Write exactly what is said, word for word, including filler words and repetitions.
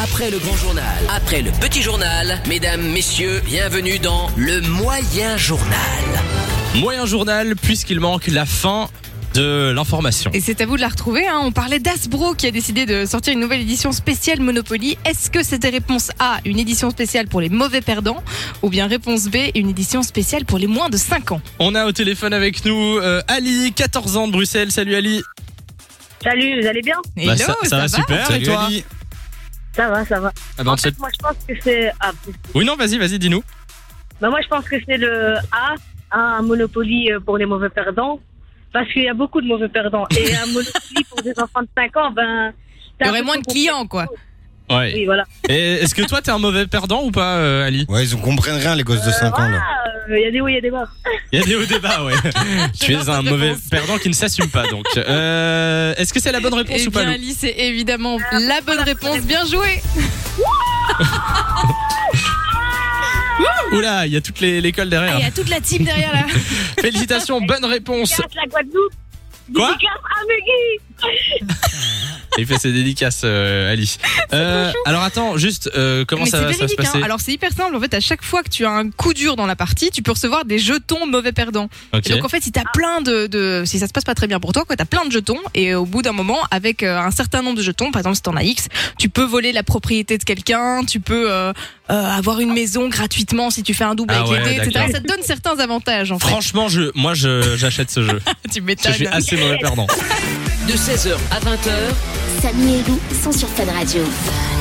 Après le grand journal, après le petit journal, mesdames, messieurs, bienvenue dans le moyen journal. Moyen journal, puisqu'il manque la fin de l'information. Et c'est à vous de la retrouver, hein. On parlait d'Hasbro qui a décidé de sortir une nouvelle édition spéciale Monopoly. Est-ce que c'était réponse A, une édition spéciale pour les mauvais perdants, ou bien réponse B, une édition spéciale pour les moins de cinq ans? On a au téléphone avec nous euh, Ali, quatorze ans de Bruxelles. Salut Ali. Salut, vous allez bien? Hello, Bah, ça, ça, ça va va super. Salut Et toi Ali. Ça va, ça va. Ah bah, on En te fait, souhaite- moi, je pense que c'est... Ah, Oui, non, vas-y, vas-y, dis-nous. bah, moi, je pense que c'est le A, un Monopoly euh, pour les mauvais perdants. Parce qu'il y a beaucoup de mauvais perdants. Et un Monopoly pour des enfants de cinq ans, ben... Il y aurait moins de clients, quoi. Ouais. Oui, voilà. Et est-ce que toi, t'es un mauvais perdant ou pas, euh, Ali? Ouais, ils en comprennent rien, les gosses de cinq ans, là. Il euh, y a des hauts, il y a des bas. Il y a des hauts débats, ouais. Tu es J'adore un cette mauvais réponse. perdant qui ne s'assume pas, donc. Euh, est-ce que c'est la bonne réponse Eh ou pas, bien, Lou? Ali, c'est évidemment la bonne réponse. Bien joué. Oula, il y a toute les- l'école Ah, derrière. il y a toute la team derrière là. Félicitations, bonne réponse. Dédicace la Guadeloupe. Quoi? Dédicace à Meggy. Il fait ses dédicaces, euh, Ali. Euh, alors attends, juste, euh, comment Mais ça, c'est va- ça va se véridique, passer? hein. Alors c'est hyper simple. En fait, à chaque fois que tu as un coup dur dans la partie, tu peux recevoir des jetons mauvais perdants. Ok. Et donc en fait, si t'as plein de, de, si ça se passe pas très bien pour toi, quoi, t'as plein de jetons et au bout d'un moment, avec euh, un certain nombre de jetons, par exemple si t'en as X, tu peux voler la propriété de quelqu'un, tu peux euh, euh, avoir une maison gratuitement si tu fais un double Ah avec ouais, les dés, et cetera. d'accord. Ça te donne certains avantages en fait. Franchement, je, moi, je, j'achète ce jeu. Tu Je m'étonnes. suis assez mauvais perdant. De seize heures à vingt heures, Samy et Lou sont sur Fun Radio.